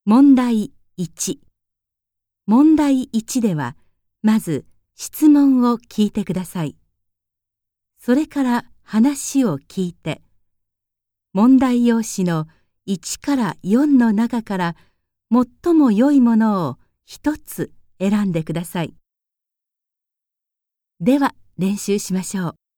問題1。問題1では、まず質問を聞いてください。それから話を聞いて、問題用紙の1から4の中から最も良いものを一つ選んでください。では練習しましょう。